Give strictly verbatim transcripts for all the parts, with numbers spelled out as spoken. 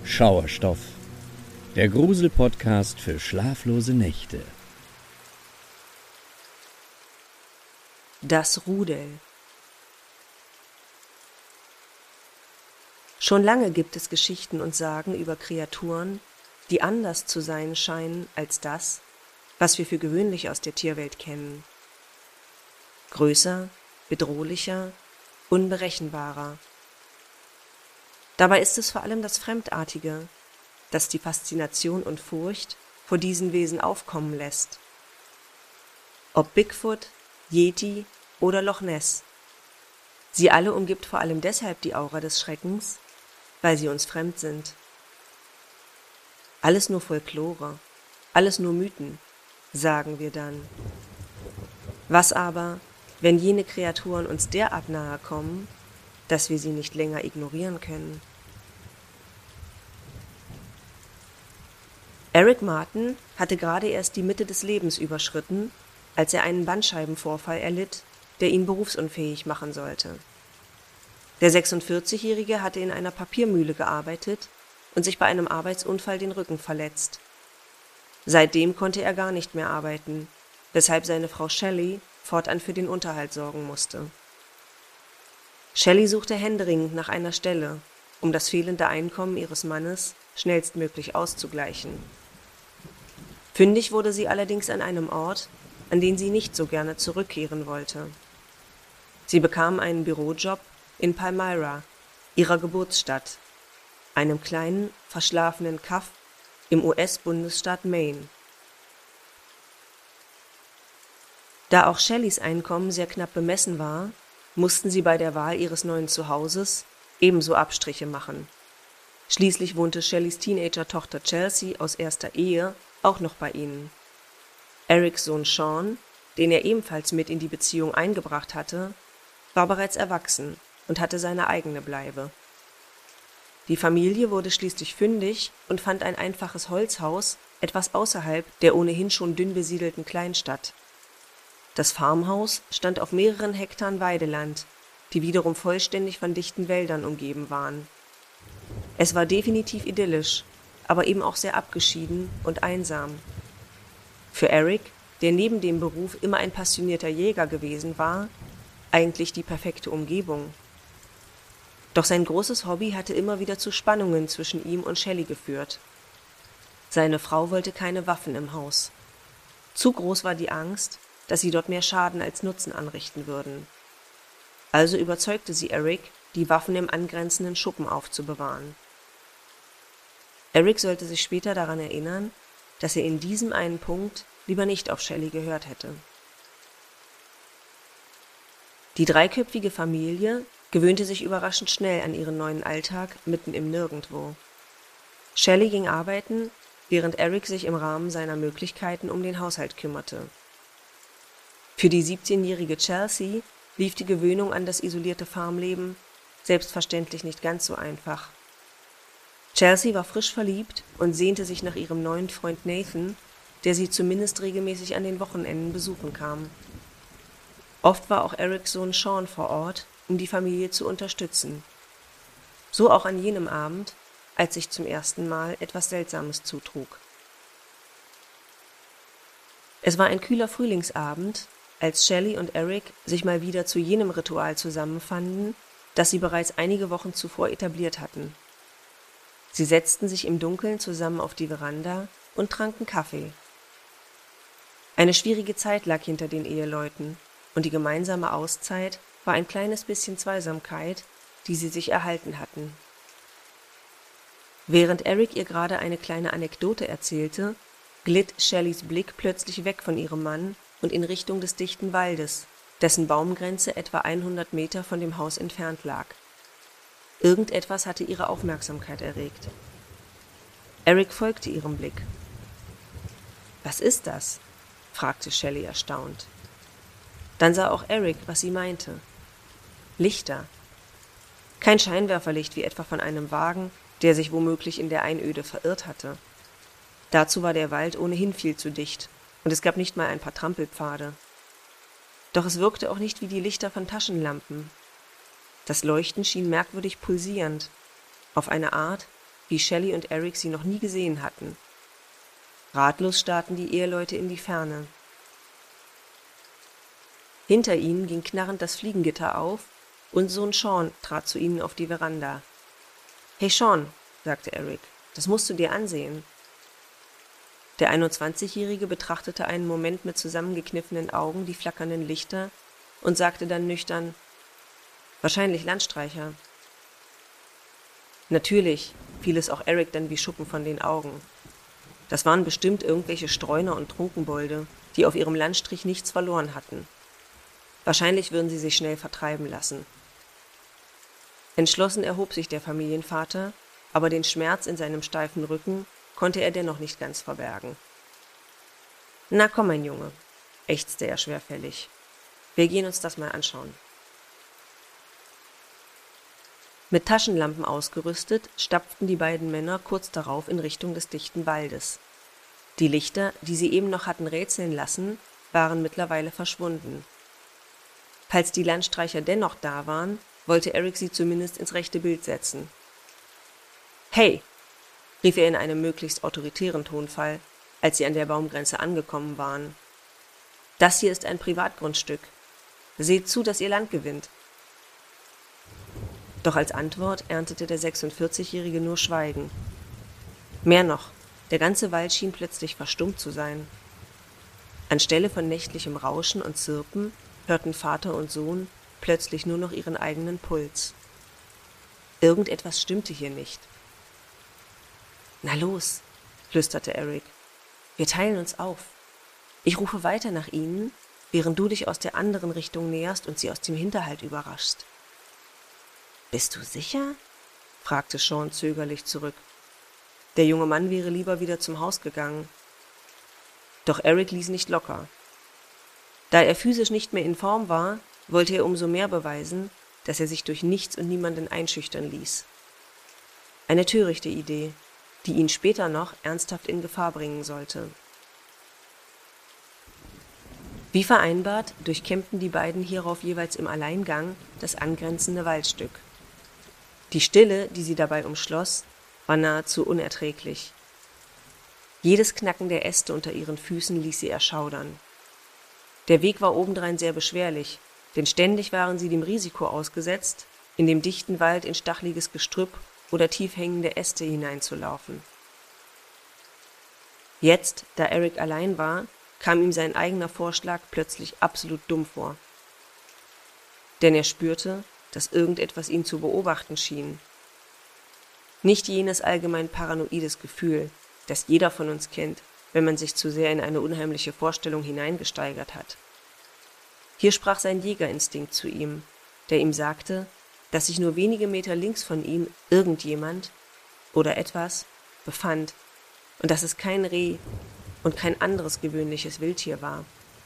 Schauerstoff, der Grusel-Podcast für schlaflose Nächte. Das Rudel. Schon lange gibt es Geschichten und Sagen über Kreaturen, die anders zu sein scheinen als das, was wir für gewöhnlich aus der Tierwelt kennen. Größer, bedrohlicher, unberechenbarer. Dabei ist es vor allem das Fremdartige, das die Faszination und Furcht vor diesen Wesen aufkommen lässt. Ob Bigfoot, Yeti oder Loch Ness. Sie alle umgibt vor allem deshalb die Aura des Schreckens, weil sie uns fremd sind. Alles nur Folklore, alles nur Mythen, sagen wir dann. Was aber, wenn jene Kreaturen uns derart nahe kommen, dass wir sie nicht länger ignorieren können? Eric Martin hatte gerade erst die Mitte des Lebens überschritten, als er einen Bandscheibenvorfall erlitt, der ihn berufsunfähig machen sollte. Der sechsundvierzigjährige hatte in einer Papiermühle gearbeitet und sich bei einem Arbeitsunfall den Rücken verletzt. Seitdem konnte er gar nicht mehr arbeiten, weshalb seine Frau Shelley fortan für den Unterhalt sorgen musste. Shelley suchte händeringend nach einer Stelle, um das fehlende Einkommen ihres Mannes schnellstmöglich auszugleichen. Fündig wurde sie allerdings an einem Ort, an den sie nicht so gerne zurückkehren wollte. Sie bekam einen Bürojob in Palmyra, ihrer Geburtsstadt, einem kleinen, verschlafenen Kaff im U S-Bundesstaat Maine. Da auch Shelleys Einkommen sehr knapp bemessen war, mussten sie bei der Wahl ihres neuen Zuhauses ebenso Abstriche machen. Schließlich wohnte Shelleys Teenager-Tochter Chelsea aus erster Ehe auch noch bei ihnen. Erics Sohn Sean, den er ebenfalls mit in die Beziehung eingebracht hatte, war bereits erwachsen und hatte seine eigene Bleibe. Die Familie wurde schließlich fündig und fand ein einfaches Holzhaus etwas außerhalb der ohnehin schon dünn besiedelten Kleinstadt. Das Farmhaus stand auf mehreren Hektar Weideland, die wiederum vollständig von dichten Wäldern umgeben waren. Es war definitiv idyllisch, aber eben auch sehr abgeschieden und einsam. Für Eric, der neben dem Beruf immer ein passionierter Jäger gewesen war, eigentlich die perfekte Umgebung. Doch sein großes Hobby hatte immer wieder zu Spannungen zwischen ihm und Shelley geführt. Seine Frau wollte keine Waffen im Haus. Zu groß war die Angst, dass sie dort mehr Schaden als Nutzen anrichten würden. Also überzeugte sie Eric, die Waffen im angrenzenden Schuppen aufzubewahren. Eric sollte sich später daran erinnern, dass er in diesem einen Punkt lieber nicht auf Shelley gehört hätte. Die dreiköpfige Familie gewöhnte sich überraschend schnell an ihren neuen Alltag mitten im Nirgendwo. Shelley ging arbeiten, während Eric sich im Rahmen seiner Möglichkeiten um den Haushalt kümmerte. Für die siebzehnjährige Chelsea lief die Gewöhnung an das isolierte Farmleben selbstverständlich nicht ganz so einfach. Chelsea war frisch verliebt und sehnte sich nach ihrem neuen Freund Nathan, der sie zumindest regelmäßig an den Wochenenden besuchen kam. Oft war auch Erics Sohn Sean vor Ort, um die Familie zu unterstützen. So auch an jenem Abend, als sich zum ersten Mal etwas Seltsames zutrug. Es war ein kühler Frühlingsabend, als Shelley und Eric sich mal wieder zu jenem Ritual zusammenfanden, das sie bereits einige Wochen zuvor etabliert hatten. Sie setzten sich im Dunkeln zusammen auf die Veranda und tranken Kaffee. Eine schwierige Zeit lag hinter den Eheleuten, und die gemeinsame Auszeit war ein kleines bisschen Zweisamkeit, die sie sich erhalten hatten. Während Eric ihr gerade eine kleine Anekdote erzählte, glitt Shelleys Blick plötzlich weg von ihrem Mann und in Richtung des dichten Waldes, dessen Baumgrenze etwa hundert Meter von dem Haus entfernt lag. Irgendetwas hatte ihre Aufmerksamkeit erregt. Eric folgte ihrem Blick. »Was ist das?« fragte Shelley erstaunt. Dann sah auch Eric, was sie meinte. Lichter. Kein Scheinwerferlicht wie etwa von einem Wagen, der sich womöglich in der Einöde verirrt hatte. Dazu war der Wald ohnehin viel zu dicht, und es gab nicht mal ein paar Trampelpfade. Doch es wirkte auch nicht wie die Lichter von Taschenlampen. Das Leuchten schien merkwürdig pulsierend, auf eine Art, wie Shelley und Eric sie noch nie gesehen hatten. Ratlos starrten die Eheleute in die Ferne. Hinter ihnen ging knarrend das Fliegengitter auf und Sohn Sean trat zu ihnen auf die Veranda. »Hey Sean«, sagte Eric, »das musst du dir ansehen.« Der einundzwanzigjährige betrachtete einen Moment mit zusammengekniffenen Augen die flackernden Lichter und sagte dann nüchtern, »Wahrscheinlich Landstreicher.« Natürlich fiel es auch Eric dann wie Schuppen von den Augen. Das waren bestimmt irgendwelche Streuner und Trunkenbolde, die auf ihrem Landstrich nichts verloren hatten. Wahrscheinlich würden sie sich schnell vertreiben lassen. Entschlossen erhob sich der Familienvater, aber den Schmerz in seinem steifen Rücken konnte er dennoch nicht ganz verbergen. »Na komm, mein Junge«, ächzte er schwerfällig. »Wir gehen uns das mal anschauen.« Mit Taschenlampen ausgerüstet, stapften die beiden Männer kurz darauf in Richtung des dichten Waldes. Die Lichter, die sie eben noch hatten rätseln lassen, waren mittlerweile verschwunden. Falls die Landstreicher dennoch da waren, wollte Eric sie zumindest ins rechte Bild setzen. »Hey«, rief er in einem möglichst autoritären Tonfall, als sie an der Baumgrenze angekommen waren. »Das hier ist ein Privatgrundstück. Seht zu, dass ihr Land gewinnt.« Doch als Antwort erntete der sechsundvierzigjährige nur Schweigen. Mehr noch, der ganze Wald schien plötzlich verstummt zu sein. Anstelle von nächtlichem Rauschen und Zirpen hörten Vater und Sohn plötzlich nur noch ihren eigenen Puls. Irgendetwas stimmte hier nicht. »Na los«, flüsterte Eric, »wir teilen uns auf. Ich rufe weiter nach ihnen, während du dich aus der anderen Richtung näherst und sie aus dem Hinterhalt überraschst.« »Bist du sicher?« fragte Sean zögerlich zurück. Der junge Mann wäre lieber wieder zum Haus gegangen. Doch Eric ließ nicht locker. Da er physisch nicht mehr in Form war, wollte er umso mehr beweisen, dass er sich durch nichts und niemanden einschüchtern ließ. Eine törichte Idee, die ihn später noch ernsthaft in Gefahr bringen sollte. Wie vereinbart durchkämmten die beiden hierauf jeweils im Alleingang das angrenzende Waldstück. Die Stille, die sie dabei umschloss, war nahezu unerträglich. Jedes Knacken der Äste unter ihren Füßen ließ sie erschaudern. Der Weg war obendrein sehr beschwerlich, denn ständig waren sie dem Risiko ausgesetzt, in dem dichten Wald in stacheliges Gestrüpp oder tief hängende Äste hineinzulaufen. Jetzt, da Eric allein war, kam ihm sein eigener Vorschlag plötzlich absolut dumm vor. Denn er spürte, dass irgendetwas ihn zu beobachten schien. Nicht jenes allgemein paranoides Gefühl, das jeder von uns kennt, wenn man sich zu sehr in eine unheimliche Vorstellung hineingesteigert hat. Hier sprach sein Jägerinstinkt zu ihm, der ihm sagte, dass sich nur wenige Meter links von ihm irgendjemand oder etwas befand und dass es kein Reh und kein anderes gewöhnliches Wildtier war.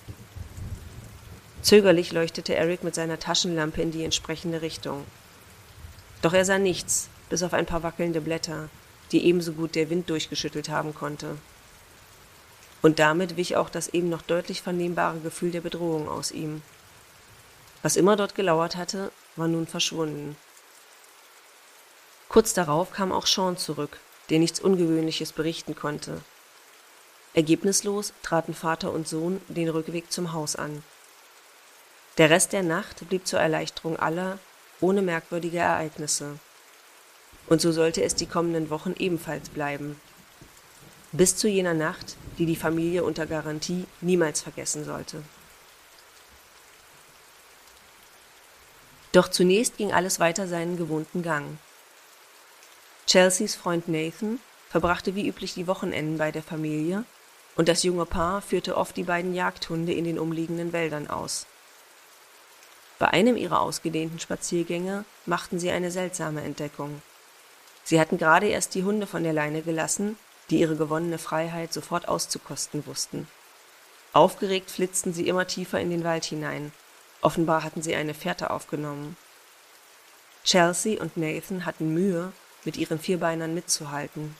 Zögerlich leuchtete Eric mit seiner Taschenlampe in die entsprechende Richtung. Doch er sah nichts, bis auf ein paar wackelnde Blätter, die ebenso gut der Wind durchgeschüttelt haben konnte. Und damit wich auch das eben noch deutlich vernehmbare Gefühl der Bedrohung aus ihm. Was immer dort gelauert hatte, war nun verschwunden. Kurz darauf kam auch Sean zurück, der nichts Ungewöhnliches berichten konnte. Ergebnislos traten Vater und Sohn den Rückweg zum Haus an. Der Rest der Nacht blieb zur Erleichterung aller ohne merkwürdige Ereignisse. Und so sollte es die kommenden Wochen ebenfalls bleiben. Bis zu jener Nacht, die die Familie unter Garantie niemals vergessen sollte. Doch zunächst ging alles weiter seinen gewohnten Gang. Chelseas Freund Nathan verbrachte wie üblich die Wochenenden bei der Familie und das junge Paar führte oft die beiden Jagdhunde in den umliegenden Wäldern aus. Bei einem ihrer ausgedehnten Spaziergänge machten sie eine seltsame Entdeckung. Sie hatten gerade erst die Hunde von der Leine gelassen, die ihre gewonnene Freiheit sofort auszukosten wussten. Aufgeregt flitzten sie immer tiefer in den Wald hinein. Offenbar hatten sie eine Fährte aufgenommen. Chelsea und Nathan hatten Mühe, mit ihren Vierbeinern mitzuhalten.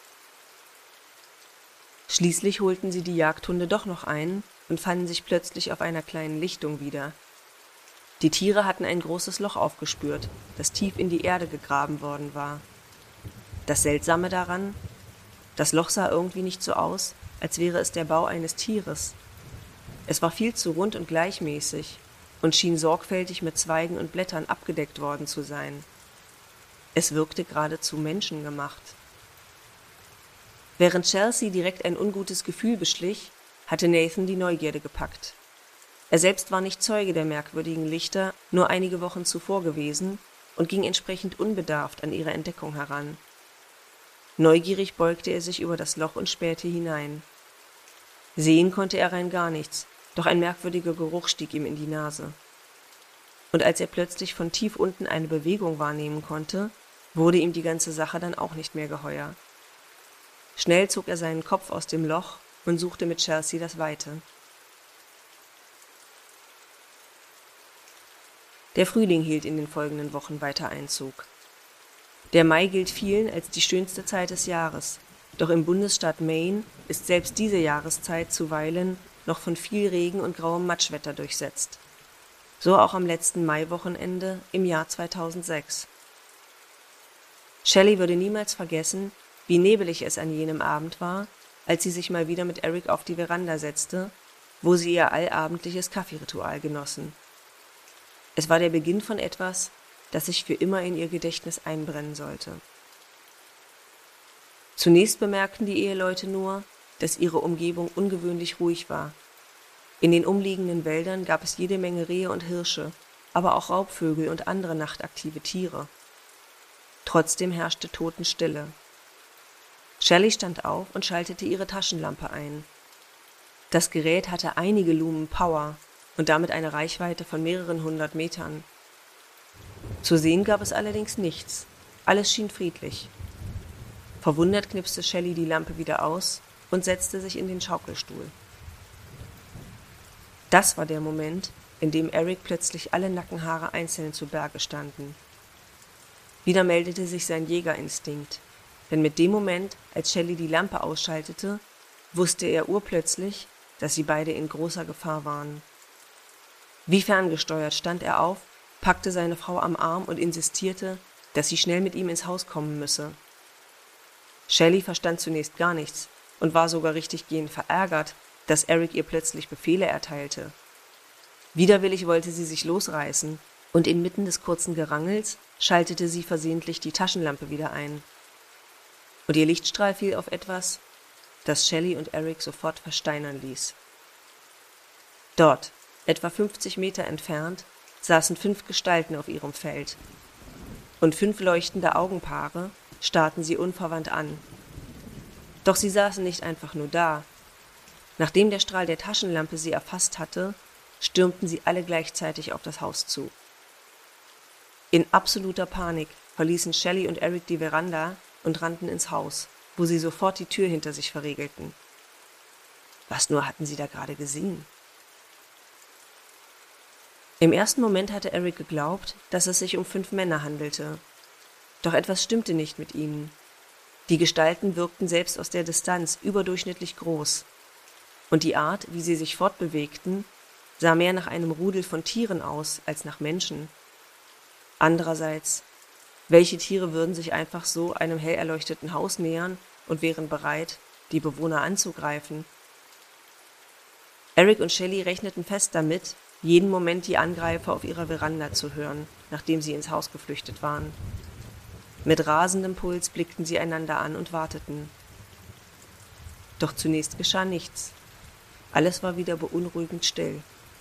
Schließlich holten sie die Jagdhunde doch noch ein und fanden sich plötzlich auf einer kleinen Lichtung wieder. Die Tiere hatten ein großes Loch aufgespürt, das tief in die Erde gegraben worden war. Das Seltsame daran: Das Loch sah irgendwie nicht so aus, als wäre es der Bau eines Tieres. Es war viel zu rund und gleichmäßig und schien sorgfältig mit Zweigen und Blättern abgedeckt worden zu sein. Es wirkte geradezu menschengemacht. Während Chelsea direkt ein ungutes Gefühl beschlich, hatte Nathan die Neugierde gepackt. Er selbst war nicht Zeuge der merkwürdigen Lichter, nur einige Wochen zuvor gewesen, und ging entsprechend unbedarft an ihre Entdeckung heran. Neugierig beugte er sich über das Loch und spähte hinein. Sehen konnte er rein gar nichts, doch ein merkwürdiger Geruch stieg ihm in die Nase. Und als er plötzlich von tief unten eine Bewegung wahrnehmen konnte, wurde ihm die ganze Sache dann auch nicht mehr geheuer. Schnell zog er seinen Kopf aus dem Loch und suchte mit Chelsea das Weite. Der Frühling hielt in den folgenden Wochen weiter Einzug. Der Mai gilt vielen als die schönste Zeit des Jahres, doch im Bundesstaat Maine ist selbst diese Jahreszeit zuweilen noch von viel Regen und grauem Matschwetter durchsetzt. So auch am letzten Maiwochenende im Jahr zweitausendsechs. Shelley würde niemals vergessen, wie nebelig es an jenem Abend war, als sie sich mal wieder mit Eric auf die Veranda setzte, wo sie ihr allabendliches Kaffeeritual genossen. Es war der Beginn von etwas, das sich für immer in ihr Gedächtnis einbrennen sollte. Zunächst bemerkten die Eheleute nur, dass ihre Umgebung ungewöhnlich ruhig war. In den umliegenden Wäldern gab es jede Menge Rehe und Hirsche, aber auch Raubvögel und andere nachtaktive Tiere. Trotzdem herrschte Totenstille. Shelley stand auf und schaltete ihre Taschenlampe ein. Das Gerät hatte einige Lumen Power und damit eine Reichweite von mehreren hundert Metern. Zu sehen gab es allerdings nichts. Alles schien friedlich. Verwundert knipste Shelley die Lampe wieder aus und setzte sich in den Schaukelstuhl. Das war der Moment, in dem Eric plötzlich alle Nackenhaare einzeln zu Berge standen. Wieder meldete sich sein Jägerinstinkt, denn mit dem Moment, als Shelley die Lampe ausschaltete, wusste er urplötzlich, dass sie beide in großer Gefahr waren. Wie ferngesteuert stand er auf, packte seine Frau am Arm und insistierte, dass sie schnell mit ihm ins Haus kommen müsse. Shelley verstand zunächst gar nichts und war sogar richtiggehend verärgert, dass Eric ihr plötzlich Befehle erteilte. Widerwillig wollte sie sich losreißen, und inmitten des kurzen Gerangels schaltete sie versehentlich die Taschenlampe wieder ein. Und ihr Lichtstrahl fiel auf etwas, das Shelley und Eric sofort versteinern ließ. Dort, etwa fünfzig Meter entfernt, saßen fünf Gestalten auf ihrem Feld. Und fünf leuchtende Augenpaare starrten sie unverwandt an. Doch sie saßen nicht einfach nur da. Nachdem der Strahl der Taschenlampe sie erfasst hatte, stürmten sie alle gleichzeitig auf das Haus zu. In absoluter Panik verließen Shelley und Eric die Veranda und rannten ins Haus, wo sie sofort die Tür hinter sich verriegelten. Was nur hatten sie da gerade gesehen? Im ersten Moment hatte Eric geglaubt, dass es sich um fünf Männer handelte. Doch etwas stimmte nicht mit ihnen. Die Gestalten wirkten selbst aus der Distanz überdurchschnittlich groß. Und die Art, wie sie sich fortbewegten, sah mehr nach einem Rudel von Tieren aus als nach Menschen. Andererseits, welche Tiere würden sich einfach so einem hell erleuchteten Haus nähern und wären bereit, die Bewohner anzugreifen? Eric und Shelley rechneten fest damit, jeden Moment die Angreifer auf ihrer Veranda zu hören, nachdem sie ins Haus geflüchtet waren. Mit rasendem Puls blickten sie einander an und warteten. Doch zunächst geschah nichts. Alles war wieder beunruhigend still.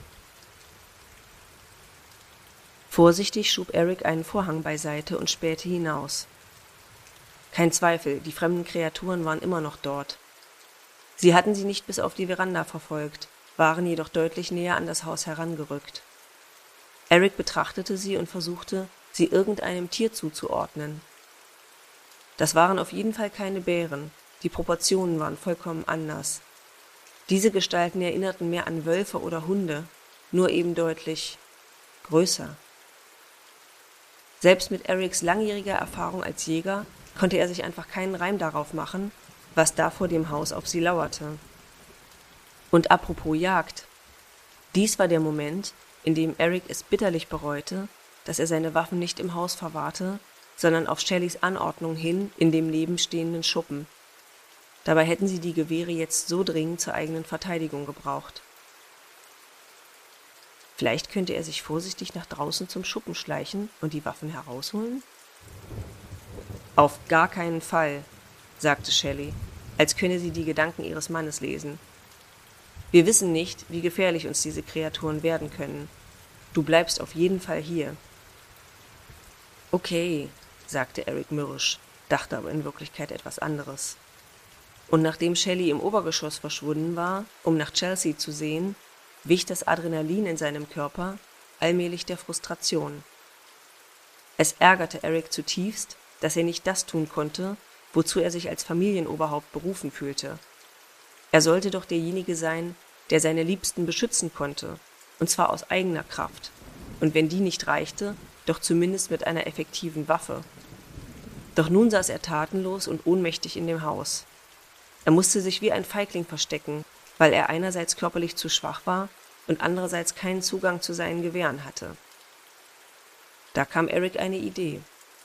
Vorsichtig schob Eric einen Vorhang beiseite und spähte hinaus. Kein Zweifel, die fremden Kreaturen waren immer noch dort. Sie hatten sie nicht bis auf die Veranda verfolgt, waren jedoch deutlich näher an das Haus herangerückt. Eric betrachtete sie und versuchte, sie irgendeinem Tier zuzuordnen. Das waren auf jeden Fall keine Bären, die Proportionen waren vollkommen anders. Diese Gestalten erinnerten mehr an Wölfe oder Hunde, nur eben deutlich größer. Selbst mit Erics langjähriger Erfahrung als Jäger konnte er sich einfach keinen Reim darauf machen, was da vor dem Haus auf sie lauerte. Und apropos Jagd, dies war der Moment, in dem Eric es bitterlich bereute, dass er seine Waffen nicht im Haus verwahrte, sondern auf Shellys Anordnung hin in dem nebenstehenden Schuppen. Dabei hätten sie die Gewehre jetzt so dringend zur eigenen Verteidigung gebraucht. Vielleicht könnte er sich vorsichtig nach draußen zum Schuppen schleichen und die Waffen herausholen? Auf gar keinen Fall, sagte Shelly, als könne sie die Gedanken ihres Mannes lesen. Wir wissen nicht, wie gefährlich uns diese Kreaturen werden können. Du bleibst auf jeden Fall hier. Okay, sagte Eric mürrisch, dachte aber in Wirklichkeit etwas anderes. Und nachdem Shelly im Obergeschoss verschwunden war, um nach Chelsea zu sehen, wich das Adrenalin in seinem Körper allmählich der Frustration. Es ärgerte Eric zutiefst, dass er nicht das tun konnte, wozu er sich als Familienoberhaupt berufen fühlte. Er sollte doch derjenige sein, der seine Liebsten beschützen konnte, und zwar aus eigener Kraft, und wenn die nicht reichte, doch zumindest mit einer effektiven Waffe. Doch nun saß er tatenlos und ohnmächtig in dem Haus. Er musste sich wie ein Feigling verstecken, weil er einerseits körperlich zu schwach war und andererseits keinen Zugang zu seinen Gewehren hatte. Da kam Eric eine Idee.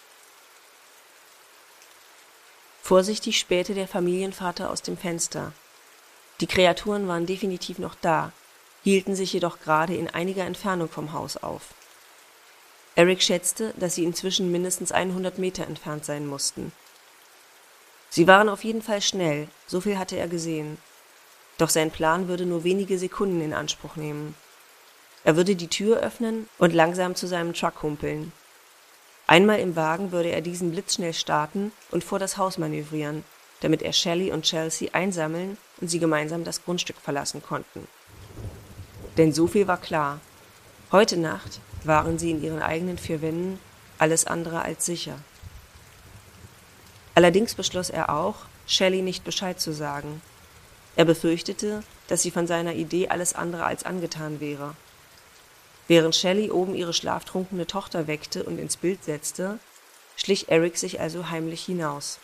Vorsichtig spähte der Familienvater aus dem Fenster. Die Kreaturen waren definitiv noch da, hielten sich jedoch gerade in einiger Entfernung vom Haus auf. Eric schätzte, dass sie inzwischen mindestens hundert Meter entfernt sein mussten. Sie waren auf jeden Fall schnell, so viel hatte er gesehen. Doch sein Plan würde nur wenige Sekunden in Anspruch nehmen. Er würde die Tür öffnen und langsam zu seinem Truck humpeln. Einmal im Wagen würde er diesen blitzschnell starten und vor das Haus manövrieren, damit er Shelly und Chelsea einsammeln und sie gemeinsam das Grundstück verlassen konnten. Denn so viel war klar. Heute Nacht waren sie in ihren eigenen vier Wänden alles andere als sicher. Allerdings beschloss er auch, Shelly nicht Bescheid zu sagen. Er befürchtete, dass sie von seiner Idee alles andere als angetan wäre. Während Shelly oben ihre schlaftrunkene Tochter weckte und ins Bild setzte, schlich Eric sich also heimlich hinaus.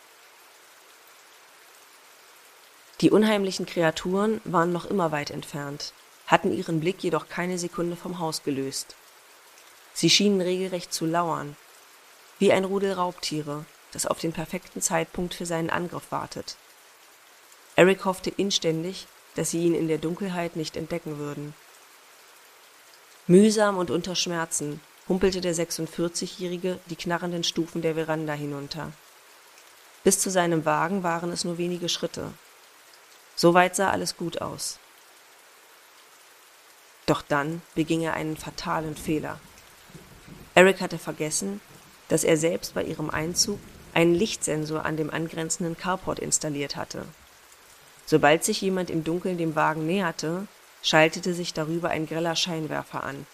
Die unheimlichen Kreaturen waren noch immer weit entfernt, hatten ihren Blick jedoch keine Sekunde vom Haus gelöst. Sie schienen regelrecht zu lauern, wie ein Rudel Raubtiere, das auf den perfekten Zeitpunkt für seinen Angriff wartet. Eric hoffte inständig, dass sie ihn in der Dunkelheit nicht entdecken würden. Mühsam und unter Schmerzen humpelte der sechsundvierzigjährige die knarrenden Stufen der Veranda hinunter. Bis zu seinem Wagen waren es nur wenige Schritte. Soweit sah alles gut aus. Doch dann beging er einen fatalen Fehler. Eric hatte vergessen, dass er selbst bei ihrem Einzug einen Lichtsensor an dem angrenzenden Carport installiert hatte. Sobald sich jemand im Dunkeln dem Wagen näherte, schaltete sich darüber ein greller Scheinwerfer an.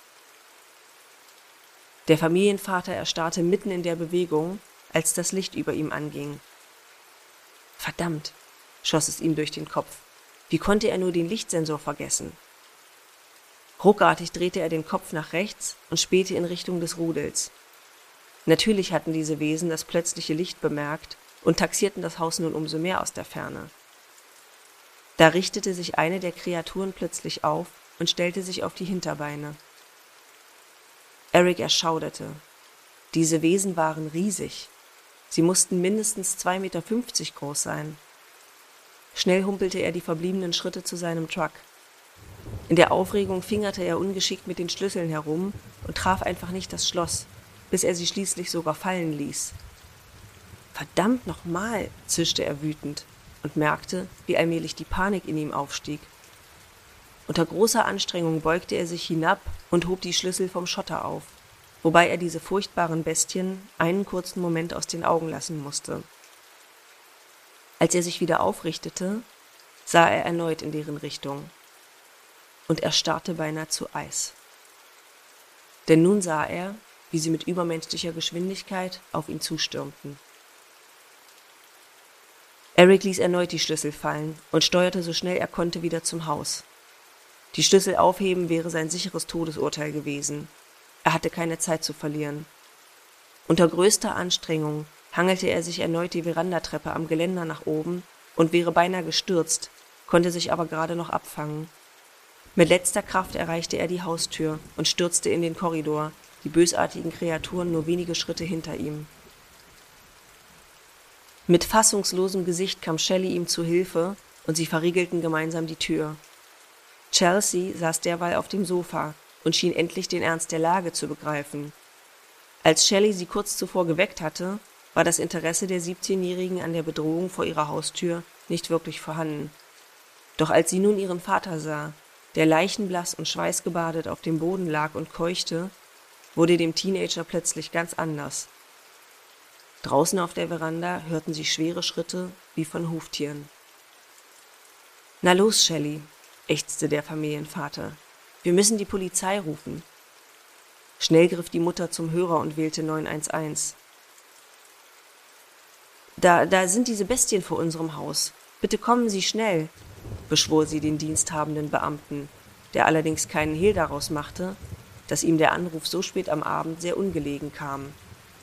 Der Familienvater erstarrte mitten in der Bewegung, als das Licht über ihm anging. Verdammt, schoss es ihm durch den Kopf. Wie konnte er nur den Lichtsensor vergessen? Ruckartig drehte er den Kopf nach rechts und spähte in Richtung des Rudels. Natürlich hatten diese Wesen das plötzliche Licht bemerkt und taxierten das Haus nun umso mehr aus der Ferne. Da richtete sich eine der Kreaturen plötzlich auf und stellte sich auf die Hinterbeine. Eric erschauderte. Diese Wesen waren riesig. Sie mussten mindestens zwei Meter fünfzig groß sein. Schnell humpelte er die verbliebenen Schritte zu seinem Truck. In der Aufregung fingerte er ungeschickt mit den Schlüsseln herum und traf einfach nicht das Schloss, bis er sie schließlich sogar fallen ließ. »Verdammt nochmal«, zischte er wütend und merkte, wie allmählich die Panik in ihm aufstieg. Unter großer Anstrengung beugte er sich hinab und hob die Schlüssel vom Schotter auf, wobei er diese furchtbaren Bestien einen kurzen Moment aus den Augen lassen musste. Als er sich wieder aufrichtete, sah er erneut in deren Richtung. Und er starrte beinahe zu Eis. Denn nun sah er, wie sie mit übermenschlicher Geschwindigkeit auf ihn zustürmten. Eric ließ erneut die Schlüssel fallen und steuerte so schnell er konnte wieder zum Haus. Die Schlüssel aufheben wäre sein sicheres Todesurteil gewesen. Er hatte keine Zeit zu verlieren. Unter größter Anstrengung hangelte er sich erneut die Verandatreppe am Geländer nach oben und wäre beinahe gestürzt, konnte sich aber gerade noch abfangen. Mit letzter Kraft erreichte er die Haustür und stürzte in den Korridor, die bösartigen Kreaturen nur wenige Schritte hinter ihm. Mit fassungslosem Gesicht kam Shelley ihm zu Hilfe und sie verriegelten gemeinsam die Tür. Chelsea saß derweil auf dem Sofa und schien endlich den Ernst der Lage zu begreifen. Als Shelley sie kurz zuvor geweckt hatte, war das Interesse der siebzehnjährigen an der Bedrohung vor ihrer Haustür nicht wirklich vorhanden. Doch als sie nun ihren Vater sah, der leichenblass und schweißgebadet auf dem Boden lag und keuchte, wurde dem Teenager plötzlich ganz anders. Draußen auf der Veranda hörten sie schwere Schritte wie von Huftieren. »Na los, Shelley«, ächzte der Familienvater. »Wir müssen die Polizei rufen.« Schnell griff die Mutter zum Hörer und wählte neun eins eins. Da, da sind diese Bestien vor unserem Haus. Bitte kommen Sie schnell«, beschwor sie den diensthabenden Beamten, der allerdings keinen Hehl daraus machte, dass ihm der Anruf so spät am Abend sehr ungelegen kam.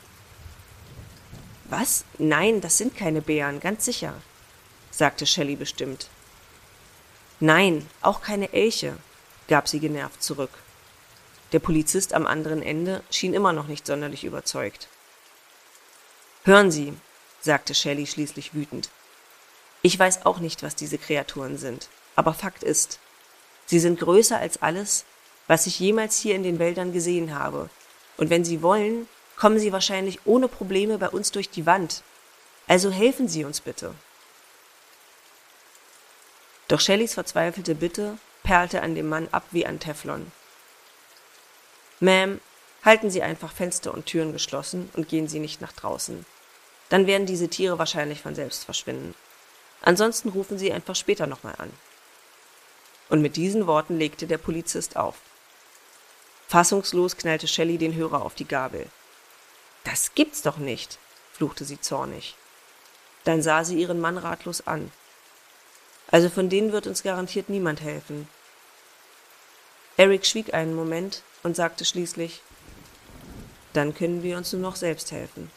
»Was? Nein, das sind keine Bären, ganz sicher«, sagte Shelley bestimmt. »Nein, auch keine Elche«, gab sie genervt zurück. Der Polizist am anderen Ende schien immer noch nicht sonderlich überzeugt. »Hören Sie«, sagte Shelley schließlich wütend. »Ich weiß auch nicht, was diese Kreaturen sind, aber Fakt ist, sie sind größer als alles, was ich jemals hier in den Wäldern gesehen habe. Und wenn Sie wollen, kommen Sie wahrscheinlich ohne Probleme bei uns durch die Wand. Also helfen Sie uns bitte.« Doch Shelleys verzweifelte Bitte perlte an dem Mann ab wie an Teflon. »Ma'am, halten Sie einfach Fenster und Türen geschlossen und gehen Sie nicht nach draußen. Dann werden diese Tiere wahrscheinlich von selbst verschwinden. Ansonsten rufen Sie einfach später nochmal an.« Und mit diesen Worten legte der Polizist auf. Fassungslos knallte Shelley den Hörer auf die Gabel. »Das gibt's doch nicht«, fluchte sie zornig. Dann sah sie ihren Mann ratlos an. »Also von denen wird uns garantiert niemand helfen.« Eric schwieg einen Moment und sagte schließlich, »Dann können wir uns nur noch selbst helfen.«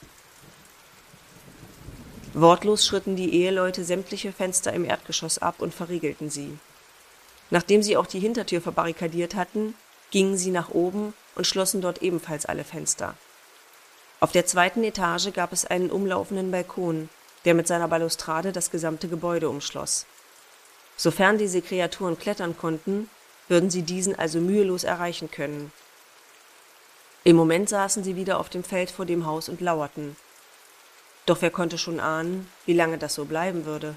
Wortlos schritten die Eheleute sämtliche Fenster im Erdgeschoss ab und verriegelten sie. Nachdem sie auch die Hintertür verbarrikadiert hatten, gingen sie nach oben und schlossen dort ebenfalls alle Fenster. Auf der zweiten Etage gab es einen umlaufenden Balkon, der mit seiner Balustrade das gesamte Gebäude umschloss. Sofern diese Kreaturen klettern konnten, würden sie diesen also mühelos erreichen können. Im Moment saßen sie wieder auf dem Feld vor dem Haus und lauerten. Doch wer konnte schon ahnen, wie lange das so bleiben würde?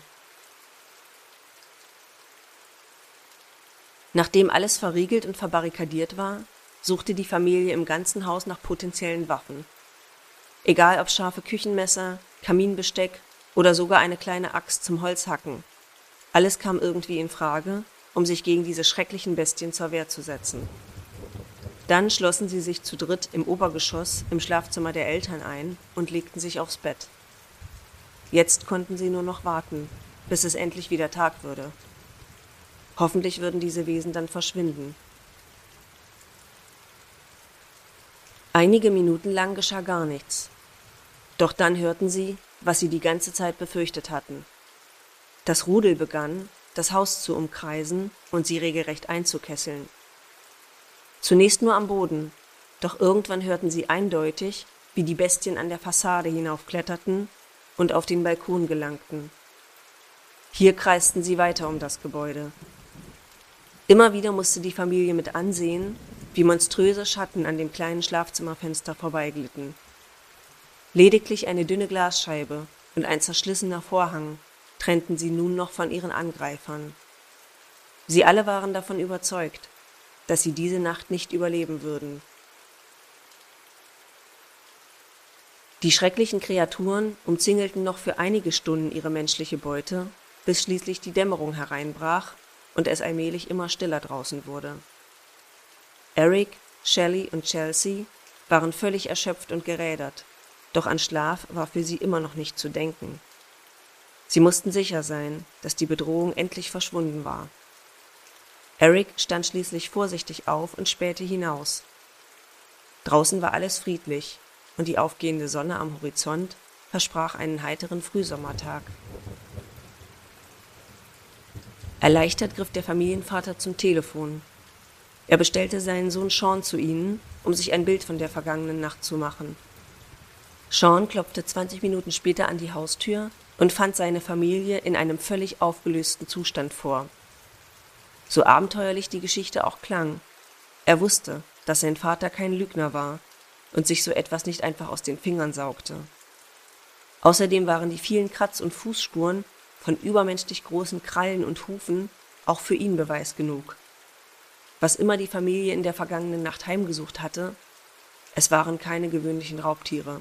Nachdem alles verriegelt und verbarrikadiert war, suchte die Familie im ganzen Haus nach potenziellen Waffen. Egal ob scharfe Küchenmesser, Kaminbesteck oder sogar eine kleine Axt zum Holzhacken. Alles kam irgendwie in Frage, um sich gegen diese schrecklichen Bestien zur Wehr zu setzen. Dann schlossen sie sich zu dritt im Obergeschoss im Schlafzimmer der Eltern ein und legten sich aufs Bett. Jetzt konnten sie nur noch warten, bis es endlich wieder Tag würde. Hoffentlich würden diese Wesen dann verschwinden. Einige Minuten lang geschah gar nichts. Doch dann hörten sie, was sie die ganze Zeit befürchtet hatten. Das Rudel begann, das Haus zu umkreisen und sie regelrecht einzukesseln. Zunächst nur am Boden, doch irgendwann hörten sie eindeutig, wie die Bestien an der Fassade hinaufkletterten und auf den Balkon gelangten. Hier kreisten sie weiter um das Gebäude. Immer wieder musste die Familie mit ansehen, wie monströse Schatten an dem kleinen Schlafzimmerfenster vorbeiglitten. Lediglich eine dünne Glasscheibe und ein zerschlissener Vorhang trennten sie nun noch von ihren Angreifern. Sie alle waren davon überzeugt, dass sie diese Nacht nicht überleben würden. Die schrecklichen Kreaturen umzingelten noch für einige Stunden ihre menschliche Beute, bis schließlich die Dämmerung hereinbrach und es allmählich immer stiller draußen wurde. Eric, Shelley und Chelsea waren völlig erschöpft und gerädert, doch an Schlaf war für sie immer noch nicht zu denken. Sie mussten sicher sein, dass die Bedrohung endlich verschwunden war. Eric stand schließlich vorsichtig auf und spähte hinaus. Draußen war alles friedlich und die aufgehende Sonne am Horizont versprach einen heiteren Frühsommertag. Erleichtert griff der Familienvater zum Telefon. Er bestellte seinen Sohn Sean zu ihnen, um sich ein Bild von der vergangenen Nacht zu machen. Sean klopfte zwanzig Minuten später an die Haustür und fand seine Familie in einem völlig aufgelösten Zustand vor. So abenteuerlich die Geschichte auch klang, er wusste, dass sein Vater kein Lügner war und sich so etwas nicht einfach aus den Fingern saugte. Außerdem waren die vielen Kratz- und Fußspuren von übermenschlich großen Krallen und Hufen auch für ihn Beweis genug. Was immer die Familie in der vergangenen Nacht heimgesucht hatte, es waren keine gewöhnlichen Raubtiere.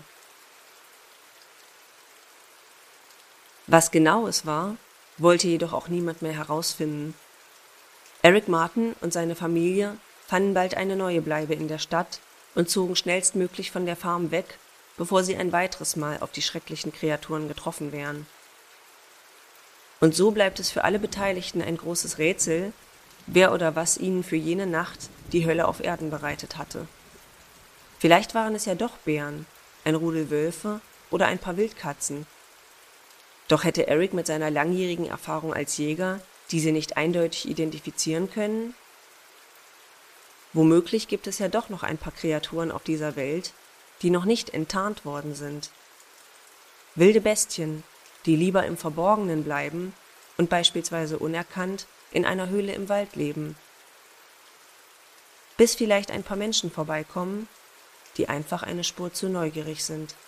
Was genau es war, wollte jedoch auch niemand mehr herausfinden. Eric Martin und seine Familie fanden bald eine neue Bleibe in der Stadt und zogen schnellstmöglich von der Farm weg, bevor sie ein weiteres Mal auf die schrecklichen Kreaturen getroffen wären. Und so bleibt es für alle Beteiligten ein großes Rätsel, wer oder was ihnen für jene Nacht die Hölle auf Erden bereitet hatte. Vielleicht waren es ja doch Bären, ein Rudel Wölfe oder ein paar Wildkatzen. Doch hätte Eric mit seiner langjährigen Erfahrung als Jäger diese nicht eindeutig identifizieren können? Womöglich gibt es ja doch noch ein paar Kreaturen auf dieser Welt, die noch nicht enttarnt worden sind. Wilde Bestien, die lieber im Verborgenen bleiben und beispielsweise unerkannt in einer Höhle im Wald leben. Bis vielleicht ein paar Menschen vorbeikommen, die einfach eine Spur zu neugierig sind.